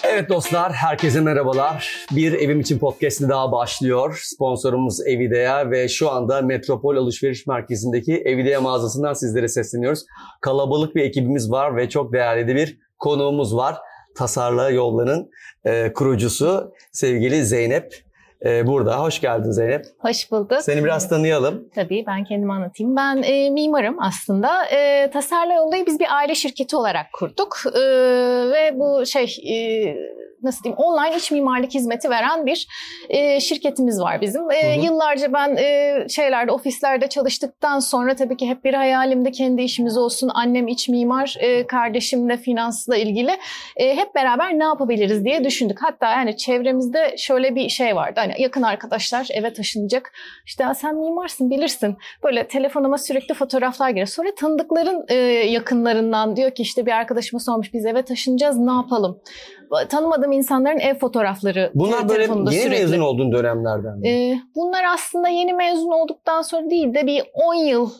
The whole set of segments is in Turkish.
Evet dostlar, herkese merhabalar. Bir Evim İçin Podcast'ı daha başlıyor. Sponsorumuz Evidea ve şu anda Metropol Alışveriş Merkezi'ndeki Evidea mağazasından sizlere sesleniyoruz. Kalabalık bir ekibimiz var ve çok değerli bir konuğumuz var. Tasarla Yolları'nın kurucusu sevgili Zeynep. Burada. Hoş geldin Zeynep. Hoş bulduk. Seni biraz tanıyalım. Tabii ben kendimi anlatayım. Ben mimarım aslında. Tasarla Yolları'yı biz bir aile şirketi olarak kurduk. Ve bu nasıl diyeyim, online iç mimarlık hizmeti veren bir şirketimiz var bizim. Yıllarca ben ofislerde çalıştıktan sonra tabii ki hep bir hayalimde kendi işimiz olsun. Annem iç mimar, kardeşim de finansla ilgili. Hep beraber ne yapabiliriz diye düşündük. Hatta yani çevremizde şöyle bir şey vardı. Hani yakın arkadaşlar eve taşınacak. İşte sen mimarsın bilirsin. Böyle telefonuma sürekli fotoğraflar geliyor. Sonra tanıdıkların yakınlarından diyor ki işte bir arkadaşıma sormuş, biz eve taşınacağız, ne yapalım? Tanımadığım insanların ev fotoğrafları. Bunlar böyle yeni mezun olduğun dönemlerden mi? Bunlar aslında yeni mezun olduktan sonra değil de bir 10 yıl,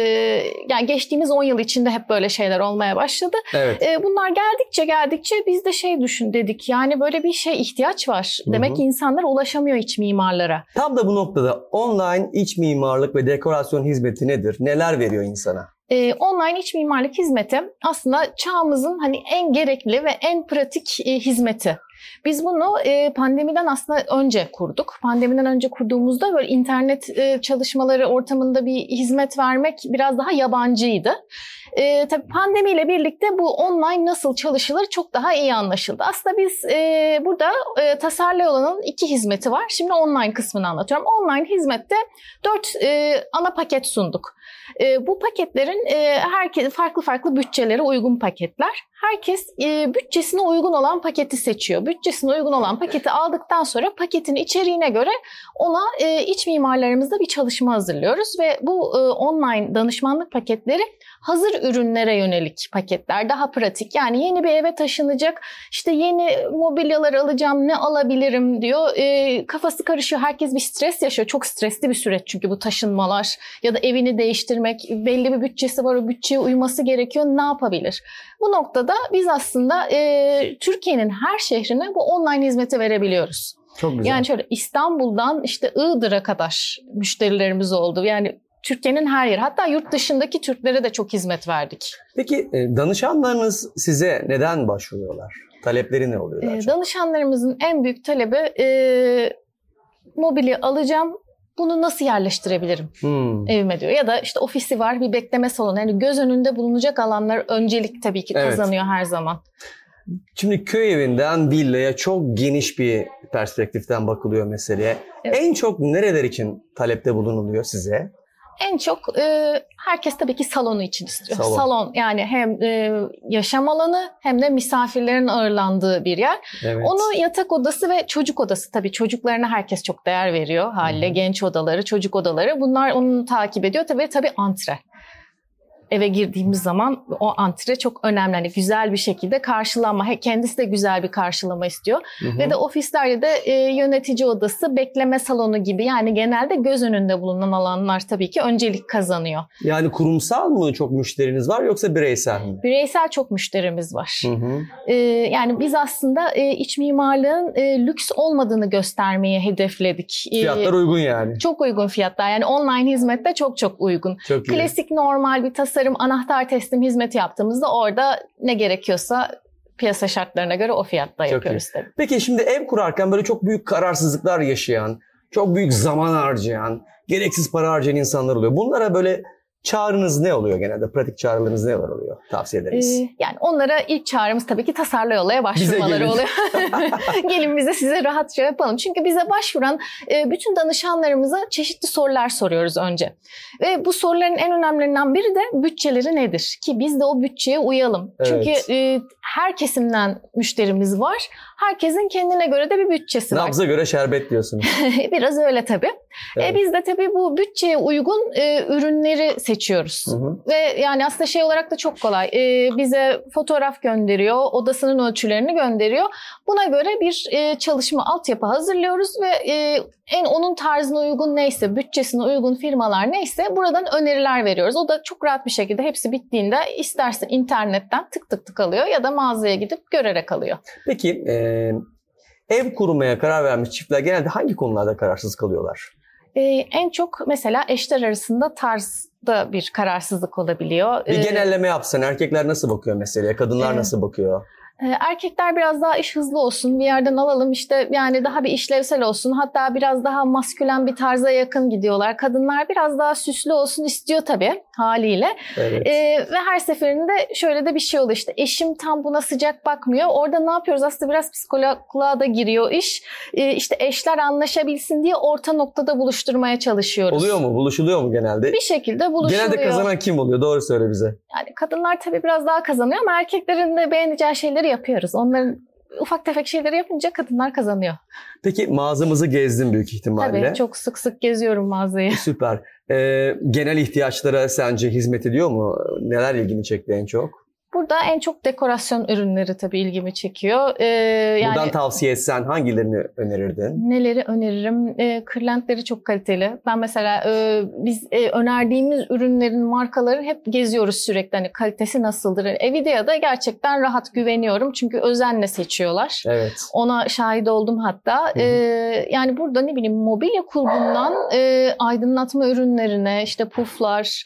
yani geçtiğimiz 10 yıl içinde hep böyle şeyler olmaya başladı. Evet. Bunlar geldikçe biz de dedik. Yani böyle bir ihtiyaç var. Demek ki insanlar ulaşamıyor iç mimarlara. Tam da bu noktada online iç mimarlık ve dekorasyon hizmeti nedir? Neler veriyor insana? Online iç mimarlık hizmeti aslında çağımızın en gerekli ve en pratik hizmeti. Biz bunu pandemiden aslında önce kurduk. Pandemiden önce kurduğumuzda böyle internet çalışmaları ortamında bir hizmet vermek biraz daha yabancıydı. Tabii pandemiyle birlikte bu online nasıl çalışılır çok daha iyi anlaşıldı. Aslında biz burada Tasarla Yolları'nın 2 hizmeti var. Şimdi online kısmını anlatıyorum. Online hizmette 4 ana paket sunduk. Bu paketlerin herkes farklı bütçelere uygun paketler. Herkes bütçesine uygun olan paketi seçiyor. Bütçesine uygun olan paketi aldıktan sonra paketin içeriğine göre ona iç mimarlarımızda bir çalışma hazırlıyoruz ve bu online danışmanlık paketleri hazır ürünlere yönelik paketler, daha pratik. Yani yeni bir eve taşınacak, işte yeni mobilyalar alacağım, ne alabilirim diyor. Kafası karışıyor, herkes bir stres yaşıyor. Çok stresli bir süreç çünkü bu taşınmalar ya da evini değiştirmek, belli bir bütçesi var, o bütçeye uyması gerekiyor. Ne yapabilir? Bu noktada biz aslında Türkiye'nin her şehrine bu online hizmeti verebiliyoruz. Çok güzel. Yani şöyle İstanbul'dan işte Iğdır'a kadar müşterilerimiz oldu. Yani Türkiye'nin her yeri, hatta yurt dışındaki Türklere de çok hizmet verdik. Peki danışanlarınız size neden başvuruyorlar? Talepleri ne oluyor? Danışanlarımızın en büyük talebi mobilya alacağım, bunu nasıl yerleştirebilirim evime diyor. Ya da işte ofisi var, bir bekleme salonu. Yani göz önünde bulunacak alanlar öncelik tabii ki kazanıyor her zaman. Şimdi köy evinden villaya çok geniş bir perspektiften bakılıyor meseleye. Evet. En çok nereler için talepte bulunuluyor size? En çok herkes tabii ki salonu için istiyor. Salon yani hem yaşam alanı hem de misafirlerin ağırlandığı bir yer. Evet. Onu yatak odası ve çocuk odası, tabii çocuklarına herkes çok değer veriyor haliyle. Genç odaları, çocuk odaları, bunlar onu takip ediyor. Tabii antre. Eve girdiğimiz zaman o antre çok önemli. Hani güzel bir şekilde karşılanma. Kendisi de güzel bir karşılama istiyor. Ve de ofislerde de yönetici odası, bekleme salonu gibi, yani genelde göz önünde bulunan alanlar tabii ki öncelik kazanıyor. Yani kurumsal mı çok müşteriniz var yoksa bireysel mi? Bireysel çok müşterimiz var. Yani biz aslında iç mimarlığın lüks olmadığını göstermeyi hedefledik. Fiyatlar uygun yani. Çok uygun fiyatlar. Yani online hizmette çok uygun. Çok klasik normal bir tasarım, anahtar teslim hizmeti yaptığımızda orada ne gerekiyorsa piyasa şartlarına göre o fiyatta yapıyoruz tabii. Peki şimdi ev kurarken böyle çok büyük kararsızlıklar yaşayan, çok büyük zaman harcayan, gereksiz para harcayan insanlar oluyor. Bunlara böyle çağrınız ne oluyor genelde? Pratik çağrılarınız neler oluyor? Tavsiyeleriniz? Yani onlara ilk çağrımız tabii ki Tasarla Yolları'ya başvurmaları oluyor. Gelin bize, size rahatça yapalım. Çünkü bize başvuran bütün danışanlarımıza çeşitli sorular soruyoruz önce. Ve bu soruların en önemlilerinden biri de bütçeleri nedir? Ki biz de o bütçeye uyalım. Evet. Çünkü her kesimden müşterimiz var. Herkesin kendine göre de bir bütçesi var. Nabza göre şerbet diyorsunuz. Biraz öyle tabii. Evet. Biz de tabii bu bütçeye uygun ürünleri seçiyoruz. seçiyoruz. Ve yani aslında şey olarak da çok kolay. Bize fotoğraf gönderiyor, odasının ölçülerini gönderiyor. Buna göre bir çalışma altyapı hazırlıyoruz ve onun tarzına uygun neyse, bütçesine uygun firmalar neyse buradan öneriler veriyoruz. O da çok rahat bir şekilde hepsi bittiğinde istersen internetten tık tık tık alıyor ya da mağazaya gidip görerek alıyor. Peki ev kurmaya karar vermiş çiftler genelde hangi konularda kararsız kalıyorlar? En çok mesela eşler arasında tarzda bir kararsızlık olabiliyor. Bir genelleme yapsan erkekler nasıl bakıyor meseleye, kadınlar nasıl bakıyor? Erkekler biraz daha iş hızlı olsun, bir yerden alalım işte yani daha bir işlevsel olsun. Hatta biraz daha maskülen bir tarza yakın gidiyorlar. Kadınlar biraz daha süslü olsun istiyor tabii haliyle. Evet. Ve her seferinde şöyle de bir şey oluyor işte eşim tam buna sıcak bakmıyor. Orada ne yapıyoruz? Aslında biraz psikoloğa da giriyor iş. İşte eşler anlaşabilsin diye orta noktada buluşturmaya çalışıyoruz. Oluyor mu? Buluşuluyor mu genelde? Bir şekilde buluşuluyor. Genelde kazanan kim oluyor? Doğru söyle bize. Yani kadınlar tabii biraz daha kazanıyor ama erkeklerin de beğeneceği şeyleri yapıyoruz. Onların ufak tefek şeyleri yapınca kadınlar kazanıyor. Peki mağazamızı gezdin büyük ihtimalle. Tabii çok sık sık geziyorum mağazayı. Süper. Genel ihtiyaçlara sence hizmet ediyor mu? Neler ilgini çekti en çok? Burada en çok dekorasyon ürünleri tabii ilgimi çekiyor. Buradan tavsiye etsen hangilerini önerirdin? Neleri öneririm? Kırlentleri çok kaliteli. Ben mesela biz önerdiğimiz ürünlerin markaları hep geziyoruz sürekli. Hani kalitesi nasıldır? Evidea'da gerçekten rahat güveniyorum. Çünkü özenle seçiyorlar. Evet. Ona şahit oldum hatta. Yani burada ne bileyim mobilya kulbundan aydınlatma ürünlerine işte puflar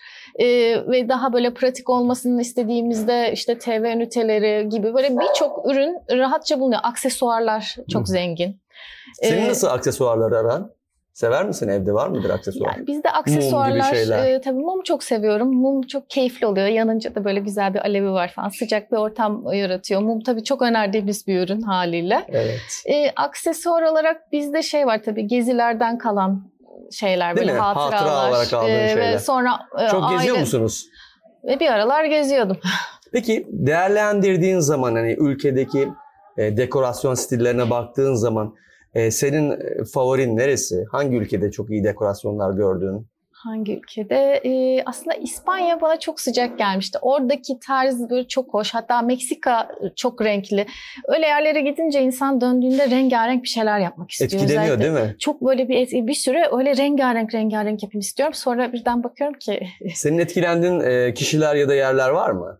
ve daha böyle pratik olmasını istediğimizde işte TV üniteleri gibi böyle birçok ürün rahatça bulunuyor. Aksesuarlar çok zengin. Senin nasıl aksesuarlar aran? Sever misin? Evde var mıdır aksesuar? Yani bizde aksesuarlar, mum tabii mum çok seviyorum. Mum çok keyifli oluyor. Yanınca da böyle güzel bir alevi var falan. Sıcak bir ortam yaratıyor. Mum tabii çok önerdiğimiz bir ürün haliyle. Evet. Aksesuar olarak bizde şey var tabii gezilerden kalan şeyler. Değil böyle mi? hatıralar. Olarak aldığın şeyler. Ve sonra çok geziyor musunuz? Ve bir aralar geziyordum. Peki değerlendirdiğin zaman hani ülkedeki dekorasyon stillerine baktığın zaman senin favorin neresi? Hangi ülkede çok iyi dekorasyonlar gördün? Hangi ülkede? Aslında İspanya bana çok sıcak gelmişti. Oradaki tarz böyle çok hoş. Hatta Meksika çok renkli. Öyle yerlere gidince insan döndüğünde rengarenk bir şeyler yapmak istiyor. Etkileniyor özellikle. Değil mi? Çok böyle bir süre öyle rengarenk yapayım istiyorum. Sonra birden bakıyorum ki... Senin etkilendiğin kişiler ya da yerler var mı?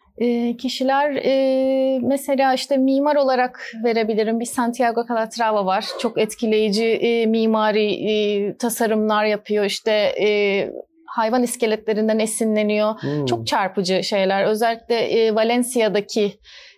Kişiler mesela işte mimar olarak verebilirim. Bir Santiago Calatrava var. Çok etkileyici mimari tasarımlar yapıyor. İşte hayvan iskeletlerinden esinleniyor. Çok çarpıcı şeyler. Özellikle Valencia'daki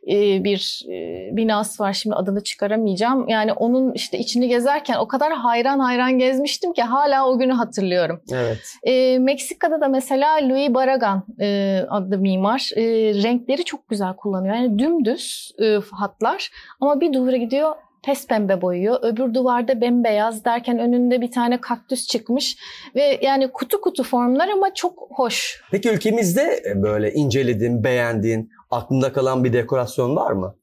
bir binası var. Şimdi adını çıkaramayacağım. Yani onun işte içini gezerken o kadar hayran gezmiştim ki hala o günü hatırlıyorum. Evet. Meksika'da da mesela Luis Barragan adlı mimar renkleri çok güzel kullanıyor. Yani dümdüz hatlar ama bir duvara gidiyor pes pembe boyuyor. Öbür duvarda bembeyaz derken önünde bir tane kaktüs çıkmış ve yani kutu formlar ama çok hoş. Peki ülkemizde böyle incelediğin, beğendiğin, aklında kalan bir dekorasyon var mı?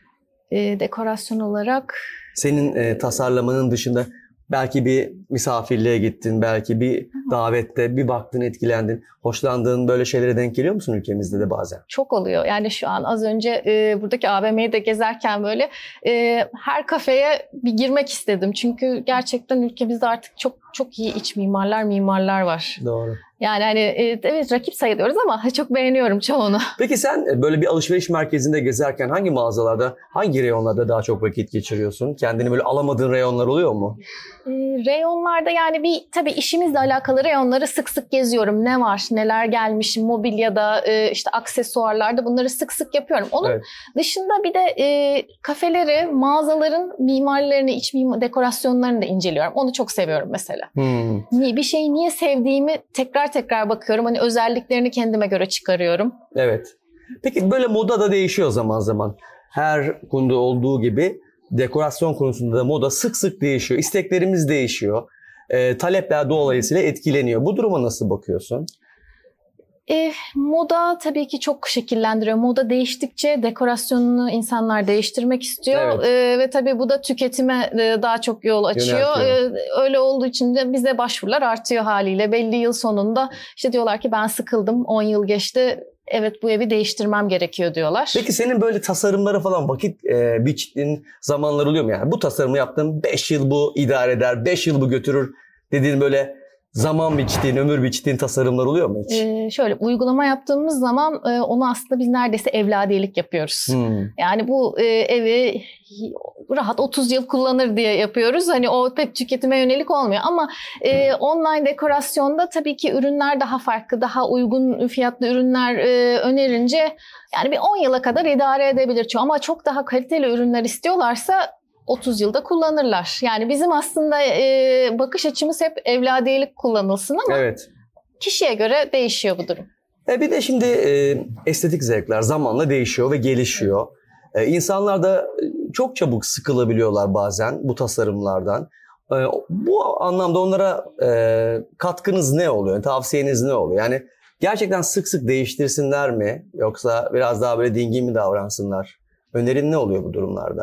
Dekorasyon olarak... Senin tasarlamanın dışında belki bir misafirliğe gittin, belki bir davette bir baktın, etkilendin. Hoşlandığın böyle şeylere denk geliyor musun ülkemizde de bazen? Çok oluyor. Yani şu an az önce buradaki AVM'yi de gezerken böyle her kafeye bir girmek istedim. Çünkü gerçekten ülkemizde artık çok iyi iç mimarlar var. Doğru. Yani hani evet rakip sayılıyoruz ama çok beğeniyorum çoğunu. Peki sen böyle bir alışveriş merkezinde gezerken hangi mağazalarda, hangi reyonlarda daha çok vakit geçiriyorsun? Kendini böyle alamadığın reyonlar oluyor mu? Reyonlarda yani tabii işimizle alakalı reyonları sık sık geziyorum. Ne var, neler gelmiş, mobilyada, işte aksesuarlarda bunları sık sık yapıyorum. Onun dışında bir de kafeleri, mağazaların mimarlarını, iç dekorasyonlarını da inceliyorum. Onu çok seviyorum mesela. Bir şeyi niye sevdiğimi tekrar bakıyorum. Hani özelliklerini kendime göre çıkarıyorum. Evet. Peki böyle moda da değişiyor zaman zaman. Her konuda olduğu gibi dekorasyon konusunda da moda sık sık değişiyor. İsteklerimiz değişiyor. Talepler dolayısıyla etkileniyor. Bu duruma nasıl bakıyorsun? Moda tabii ki çok şekillendiriyor. Moda değiştikçe dekorasyonunu insanlar değiştirmek istiyor. Ve tabii bu da tüketime daha çok yol açıyor. Öyle olduğu için de bize başvurular artıyor haliyle. Belli yıl sonunda işte diyorlar ki ben sıkıldım, 10 yıl geçti. Evet, bu evi değiştirmem gerekiyor diyorlar. Peki senin böyle tasarımlara falan vakit biçtiğin zamanlar oluyor mu? Yani bu tasarımı yaptım, 5 yıl bu idare eder, 5 yıl bu götürür dediğin böyle zaman biçtiğin, ömür biçtiğin tasarımlar oluyor mu hiç? Şöyle uygulama yaptığımız zaman onu aslında biz neredeyse evladiyelik yapıyoruz. Yani bu evi rahat 30 yıl kullanır diye yapıyoruz. Hani o pek tüketime yönelik olmuyor ama online dekorasyonda tabii ki ürünler daha farklı, daha uygun fiyatlı ürünler önerince yani bir 10 yıla kadar idare edebilir. Ama çok daha kaliteli ürünler istiyorlarsa 30 yılda kullanırlar. Yani bizim aslında bakış açımız hep evladiyelik kullanılsın ama kişiye göre değişiyor bu durum. Bir de şimdi estetik zevkler zamanla değişiyor ve gelişiyor. İnsanlar da çok çabuk sıkılabiliyorlar bazen bu tasarımlardan. Bu anlamda onlara katkınız ne oluyor? Yani tavsiyeniz ne oluyor? Yani gerçekten sık sık değiştirsinler mi? Yoksa biraz daha böyle dingin mi davransınlar? Önerin ne oluyor bu durumlarda?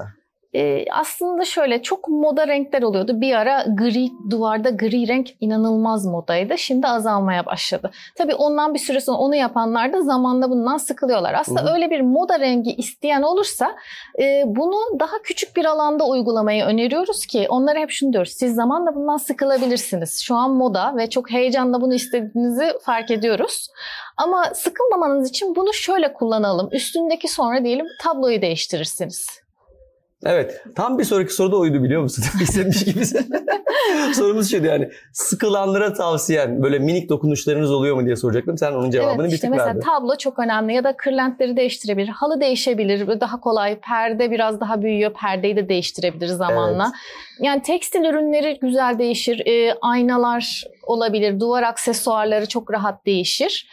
Aslında şöyle çok moda renkler oluyordu. Bir ara duvarda gri renk inanılmaz modaydı. Şimdi azalmaya başladı. Tabii ondan bir süre sonra onu yapanlar da zamanla bundan sıkılıyorlar. Aslında öyle bir moda rengi isteyen olursa bunu daha küçük bir alanda uygulamayı öneriyoruz ki onlara hep şunu diyoruz. Siz zamanla bundan sıkılabilirsiniz. Şu an moda ve çok heyecanla bunu istediğinizi fark ediyoruz. Ama sıkılmamanız için bunu şöyle kullanalım. Üstündeki sonra diyelim tabloyu değiştirirsiniz. Evet. Tam bir sonraki soru da oydu biliyor musun? İstemiş gibisin. Sorumuz şuydu yani. Sıkılanlara tavsiyen böyle minik dokunuşlarınız oluyor mu diye soracaktım. Sen onun cevabını bir tık verdin. Mesela tablo çok önemli ya da kırlentleri değiştirebilir. Halı değişebilir. Daha kolay. Perde biraz daha büyüyor. Perdeyi de değiştirebilir zamanla. Evet. Yani tekstil ürünleri güzel değişir. Aynalar olabilir. Duvar aksesuarları çok rahat değişir.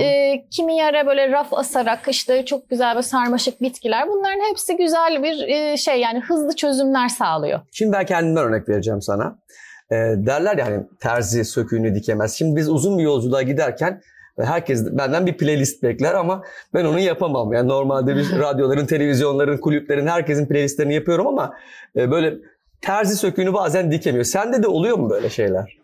Kimi yere böyle raf asarak işte çok güzel böyle sarmaşık bitkiler. Bunların hepsi güzel bir yani hızlı çözümler sağlıyor. Şimdi ben kendimden örnek vereceğim sana. Derler yani terzi söküğünü dikemez. Şimdi biz uzun bir yolculuğa giderken herkes benden bir playlist bekler ama ben onu yapamam. Yani normalde biz radyoların, televizyonların, kulüplerin herkesin playlistlerini yapıyorum ama böyle terzi söküğünü bazen dikemiyor. Sende de oluyor mu böyle şeyler?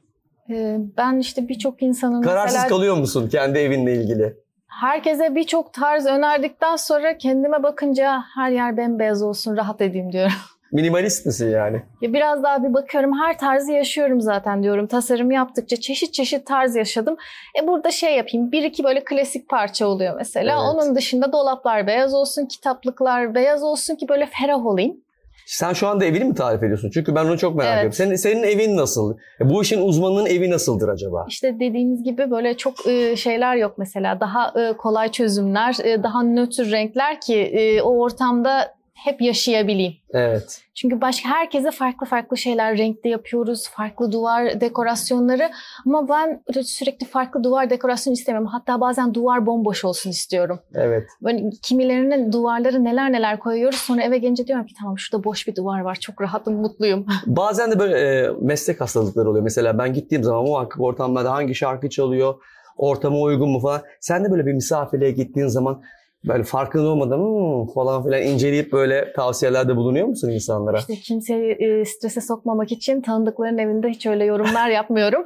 Ben işte birçok insanın kararsız kalıyor musun kendi evinle ilgili? Herkese birçok tarz önerdikten sonra kendime bakınca her yer bembeyaz olsun, rahat edeyim diyorum. Minimalist misin yani? Biraz daha bir bakıyorum, her tarzı yaşıyorum zaten diyorum. Tasarım yaptıkça çeşit çeşit tarz yaşadım. Burada yapayım, bir iki böyle klasik parça oluyor mesela. Evet. Onun dışında dolaplar beyaz olsun, kitaplıklar beyaz olsun ki böyle ferah olayım. Sen şu anda evini mi tarif ediyorsun? Çünkü ben onu çok merak ediyorum. Senin evin nasıl? Bu işin uzmanının evi nasıldır acaba? İşte dediğiniz gibi böyle çok şeyler yok mesela. Daha kolay çözümler, daha nötr renkler ki o ortamda hep yaşayabileyim. Evet. Çünkü herkese farklı farklı şeyler renkte yapıyoruz. Farklı duvar dekorasyonları. Ama ben sürekli farklı duvar dekorasyonu istemiyorum. Hatta bazen duvar bomboş olsun istiyorum. Evet. Böyle kimilerinin duvarları neler neler koyuyoruz. Sonra eve gelince diyorum ki tamam şurada boş bir duvar var. Çok rahatım, mutluyum. Bazen de böyle meslek hastalıkları oluyor. Mesela ben gittiğim zaman muhakkak ortamlarda hangi şarkı çalıyor, ortama uygun mu falan. Sen de böyle bir misafirliğe gittiğin zaman böyle farkında olmadan falan filan inceleyip böyle tavsiyelerde bulunuyor musun insanlara? İşte kimseyi strese sokmamak için tanıdıkların evinde hiç öyle yorumlar yapmıyorum.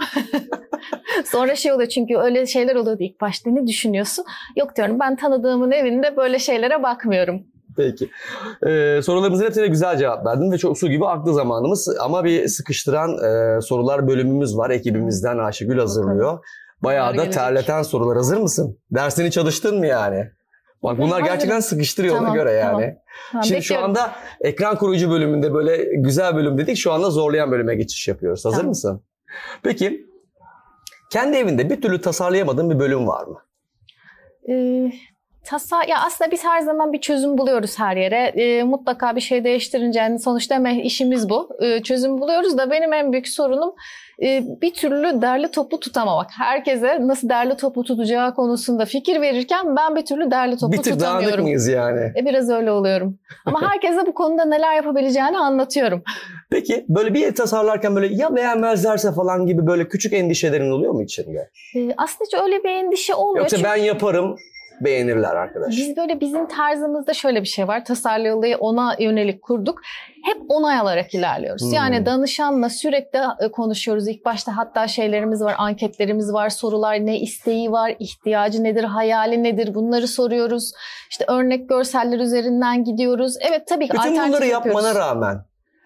Sonra oluyor çünkü öyle şeyler oluyordu ilk başta. Ne düşünüyorsun? Yok diyorum, ben tanıdığımın evinde böyle şeylere bakmıyorum. Peki. Sorularımızın hepsine güzel cevap verdin ve çok su gibi aktı zamanımız. Ama bir sıkıştıran sorular bölümümüz var. Ekibimizden Ayşegül hazırlıyor. Bayağı da terleten sorular. Hazır mısın? Dersini çalıştın mı yani? Bak bunlar gerçekten sıkıştırıyor ona göre yani. Tamam, şimdi şu anda ekran koruyucu bölümünde böyle güzel bölüm dedik. Şu anda zorlayan bölüme geçiş yapıyoruz. Hazır mısın? Peki kendi evinde bir türlü tasarlayamadığın bir bölüm var mı? Ya aslında biz her zaman bir çözüm buluyoruz her yere. Mutlaka bir şey değiştirince yani sonuçta işimiz bu. Çözüm buluyoruz da benim en büyük sorunum bir türlü derli toplu tutamamak. Herkese nasıl derli toplu tutacağı konusunda fikir verirken ben bir türlü derli toplu bir tık tutamıyorum. dağınık mıyız yani? Biraz öyle oluyorum. Ama herkese bu konuda neler yapabileceğini anlatıyorum. Peki böyle bir ev tasarlarken böyle ya beğenmezlerse falan gibi böyle küçük endişelerin oluyor mu içinde? Aslında hiç öyle bir endişe olmuyor. Yoksa çünkü ben yaparım, beğenirler arkadaş. bizim tarzımızda şöyle bir şey var. Tasarlayalı'yı ona yönelik kurduk. Hep onay alarak ilerliyoruz. Yani danışanla sürekli konuşuyoruz. İlk başta hatta şeylerimiz var, anketlerimiz var, sorular, ne isteği var, ihtiyacı nedir, hayali nedir, bunları soruyoruz. İşte örnek görseller üzerinden gidiyoruz. Evet, tabii ki bütün alternatif bunları yapıyoruz. yapmana rağmen,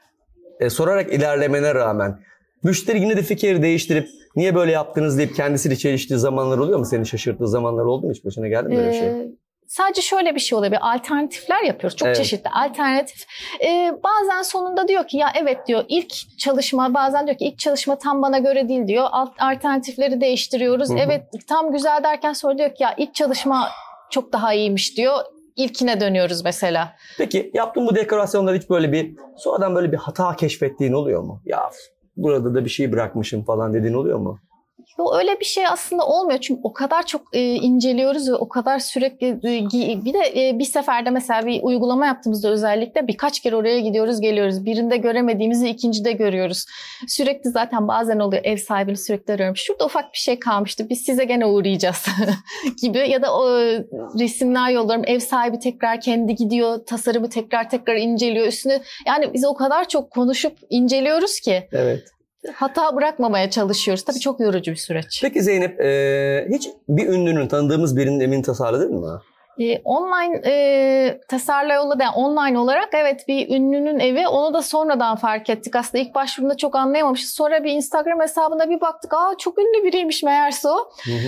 sorarak ilerlemene rağmen müşteri yine de fikir değiştirip niye böyle yaptınız deyip kendisiyle çeliştiği zamanlar oluyor mu? Seni şaşırttığı zamanlar oldu mu? Hiç başına geldi mi böyle bir şey? Sadece şöyle bir şey olabilir. Alternatifler yapıyoruz. Çok çeşitli alternatif. Bazen sonunda diyor ki ya evet diyor ilk çalışma, bazen diyor ki ilk çalışma tam bana göre değil diyor. Alternatifleri değiştiriyoruz. Evet tam güzel derken sonra diyor ki ya ilk çalışma çok daha iyiymiş diyor. İlkine dönüyoruz mesela. Peki yaptığın bu dekorasyonlar hiç böyle sonradan böyle bir hata keşfettiğin oluyor mu? Ya burada da bir şey bırakmışım falan dediğin oluyor mu? Öyle bir şey aslında olmuyor çünkü o kadar çok inceliyoruz ve o kadar sürekli bir de bir seferde mesela bir uygulama yaptığımızda özellikle birkaç kere oraya gidiyoruz geliyoruz. Birinde göremediğimizi ikincide görüyoruz. Sürekli zaten bazen oluyor ev sahibini sürekli arıyorum. Şurada ufak bir şey kalmıştı biz size gene uğrayacağız gibi ya da o resimler yolluyorum. Ev sahibi tekrar kendi gidiyor tasarımı tekrar inceliyor üstüne. Yani biz o kadar çok konuşup inceliyoruz ki. Evet. Hata bırakmamaya çalışıyoruz. Tabii çok yorucu bir süreç. Peki Zeynep, hiç bir ünlünün, tanıdığımız birinin evini tasarladın mı? Online tasarla yolla da yani online olarak evet bir ünlünün evi, onu da sonradan fark ettik. Aslında ilk başvurunda çok anlayamamışız. Sonra bir Instagram hesabına bir baktık. Çok ünlü biriymiş meğerse o.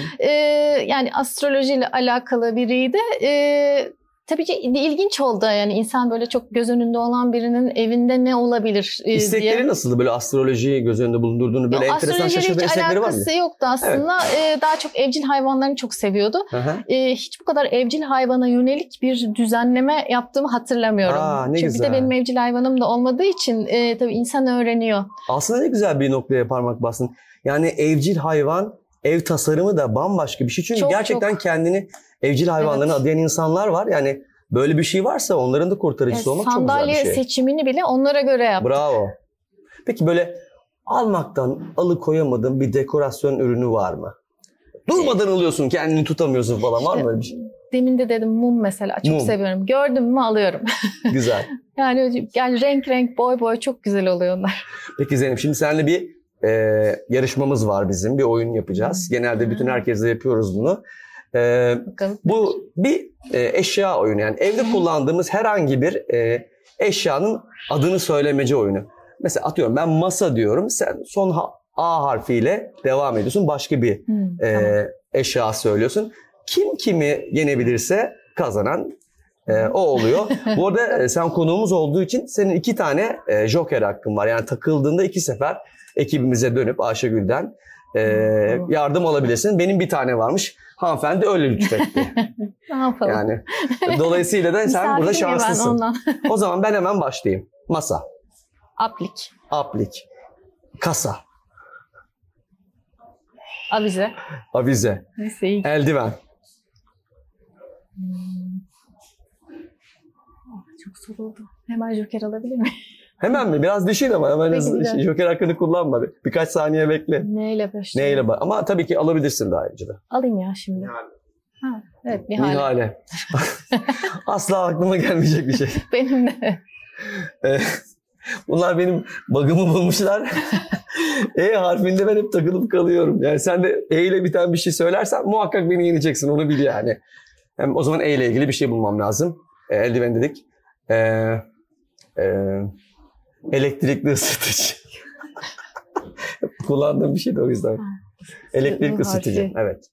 Yani astrolojiyle alakalı biriydi. Tabii ki ilginç oldu yani insan böyle çok göz önünde olan birinin evinde ne olabilir diye. İstekleri nasıldı böyle astrolojiyi göz önünde bulundurduğunu böyle enteresan şaşırtıcı istekleri var mı? Alakası yoktu aslında. Evet. Daha çok evcil hayvanlarını çok seviyordu. Hiç bu kadar evcil hayvana yönelik bir düzenleme yaptığımı hatırlamıyorum. Ne çünkü güzel. bir de benim evcil hayvanım da olmadığı için tabii insan öğreniyor. Aslında ne güzel bir noktaya parmak bastın. Yani evcil hayvan, ev tasarımı da bambaşka bir şey. Çünkü gerçekten kendini evcil hayvanlarına adayan insanlar var. Yani böyle bir şey varsa onların da kurtarıcısı olmak çok güzel bir şey. Sandalye seçimini bile onlara göre yaptık. Bravo. Peki böyle almaktan alıkoyamadığın bir dekorasyon ürünü var mı? Durmadan alıyorsun, kendini tutamıyorsun falan. Var mı öyle bir şey? Demin de dedim mum mesela. Çok seviyorum. Gördüm mü alıyorum. Güzel. yani renk boy çok güzel oluyor onlar. Peki Zeynep, şimdi seninle bir yarışmamız var bizim. Bir oyun yapacağız. Genelde bütün herkesle yapıyoruz bunu. Bu bir eşya oyunu. Yani evde kullandığımız herhangi bir eşyanın adını söylemece oyunu. Mesela atıyorum ben masa diyorum. Sen son A harfiyle devam ediyorsun. Başka bir eşya söylüyorsun. Kim kimi yenebilirse kazanan o oluyor. Bu arada sen konuğumuz olduğu için senin 2 tane joker hakkın var. Yani takıldığında 2 sefer ekibimize dönüp Ayşegül'den yardım alabilirsin. Benim bir tane varmış. Hanımefendi öyle lütfetti. Ne yapalım? Yani dolayısıyla da sen burada şanslısın. O zaman ben hemen başlayayım. Masa. Aplik. Aplik. Kasa. Avize. Avize. Eldiven. Çok zor oldu. Hemen joker alabilir miyim? Hemen mi? Biraz düşün ama hemen joker hakkını kullanma. Birkaç saniye bekle. Neyle başlayayım? Neyle? Ama tabii ki alabilirsin daha önce de. Alayım ya şimdi. Evet, Nihale. Nihale. Asla aklıma gelmeyecek bir şey. Benim de. Bunlar benim bug'ımı bulmuşlar. E harfinde ben hep takılıp kalıyorum. Yani sen de E ile biten bir şey söylersen muhakkak beni yeneceksin. Onu bil yani. Hem o zaman E ile ilgili bir şey bulmam lazım. Eldiven dedik. Elektrikli ısıtıcı. Kullandığım bir şey de o yüzden. Elektrikli ısıtıcı. Evet.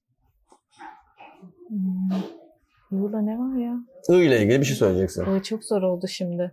Burada ne var ya? I ile ilgili bir şey söyleyeceksin. Çok zor oldu şimdi.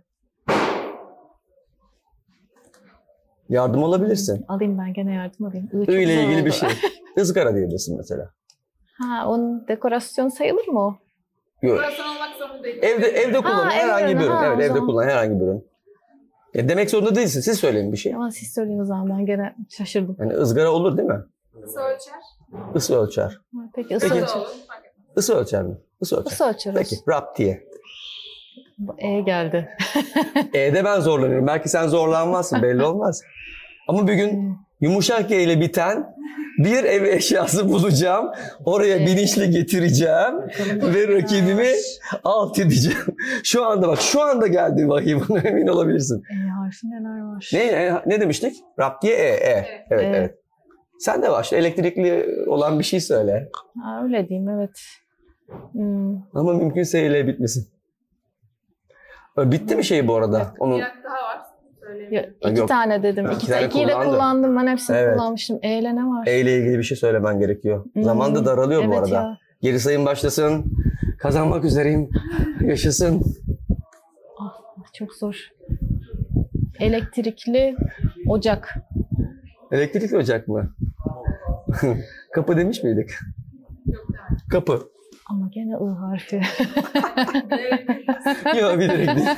Yardım alabilirsin. Alayım ben gene yardım alayım. I ile ilgili bir şey. Izgara diyebilirsin mesela. Onun dekorasyon sayılır mı o? Yok. Dekorasyon olmak zorunda değil. Evde kullanılan ev herhangi bir ürünü. ürün. Ha, Evet, o evde zaman. kullanılan herhangi bir ürün. Demek zorunda değilsin. Siz söyleyin bir şey. Ama siz söyleyin o zaman, ben gene şaşırdım. Yani ızgara olur değil mi? Isı ölçer. Isı ölçer. Peki ısı Peki. ölçer. Olur. Fark etmez. Isı ölçer mi? Isı ölçer. Isı ölçer Peki. olsun. Raptiye. Geldi. E'de ben zorlanıyorum. Belki sen zorlanmazsın. Belli olmaz. Ama bir gün yumuşak E ile biten bir ev eşyası bulacağım. Oraya bilinçli getireceğim. Ve rakibimi alt edeceğim. Şu anda geldi vahiy, buna emin olabilirsin. Harfi neler var? Ne demiştik? Raptiye E. Evet, E. evet. Sen de başla. Elektrikli olan bir şey söyle. Öyle diyeyim, evet. Ama mümkünse E ile bitmesin. Bitti mi şey bu arada? Onun Bir dakika daha var. Söyleyeyim. İki Yok. tane dedim. İki tane İkiyi de kullandım. kullandım. Ben hepsini Evet. kullanmıştım. Eyle ne var? E ile ilgili bir şey söylemen gerekiyor. Zaman da daralıyor bu Evet arada. ya. Geri sayım başlasın. Kazanmak üzereyim. Yaşasın. Çok zor. Elektrikli ocak. Elektrikli ocak mı? Kapı demiş miydik? Kapı. Ama gene I harfi. Yok, bilerek değil.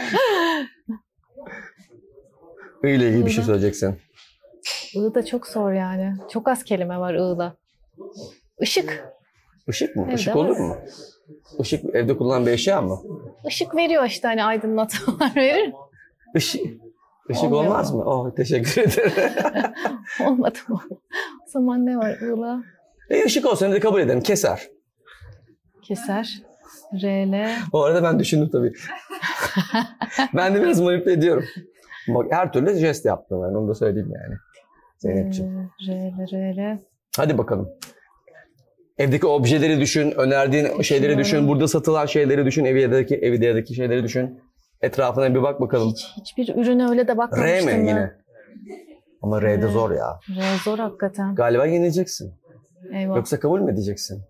I ile ilgili bir şey söyleyeceksin. I da çok zor yani. Çok az kelime var I'da. Işık. Işık mı? Evde Işık var. olur mu? Işık evde kullanılan bir eşya mı? Işık veriyor işte, hani aydınlatmalar verir. Işık Olmuyor olmaz mı? Oh, teşekkür ederim. Olmadı mı? O zaman ne var I'la? Işık olsa hadi kabul edelim. Keser. Keser. R'le. O arada ben düşündüm tabii. Ben de biraz manipüle ediyorum. Bak, her türlü jest yaptım ben. Onu da söyleyeyim yani. Zeynep'ciğim. R'le. Hadi bakalım. Evdeki objeleri düşün, önerdiğin şeyleri düşün, burada satılan şeyleri düşün, evdeki şeyleri düşün. Etrafına bir bak bakalım. Hiçbir ürüne öyle de R bakmamıştım mi ben. yine? Ama R'de zor ya. R zor hakikaten. Galiba yenileceksin. Eyvah. Yoksa kabul mü edeceksin?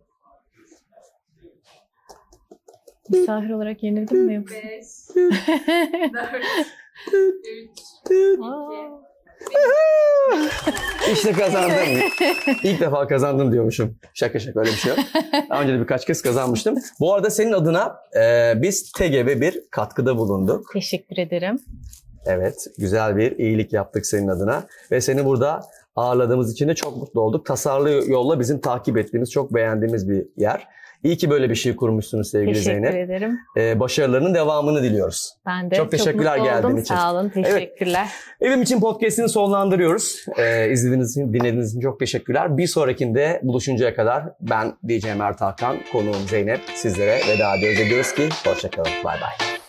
Misafir olarak yenildim mi yoksa? 5, 4, 3, Aa. İşte kazandım. İlk defa kazandım diyormuşum. Şaka öyle bir şey yok. Daha önce de birkaç kez kazanmıştım. Bu arada senin adına biz TGV bir katkıda bulunduk. Teşekkür ederim. Evet, güzel bir iyilik yaptık senin adına. Ve seni burada ağırladığımız için de çok mutlu olduk. Tasarlı Yolla bizim takip ettiğimiz, çok beğendiğimiz bir yer. İyi ki böyle bir şey kurmuşsunuz sevgili Teşekkür Zeynep. ederim. Başarılarının devamını diliyoruz. Ben de Çok teşekkürler mutlu geldiğin oldum. için. Sağ olun. Teşekkürler. Evim için podcast'ini sonlandırıyoruz. İzlediğiniz için, dinlediğiniz için çok teşekkürler. Bir sonrakinde buluşuncaya kadar ben DJ Mert Hakan, konuğum Zeynep, sizlere veda ediyoruz. Diyoruz ki hoşça kalın. Bay bay.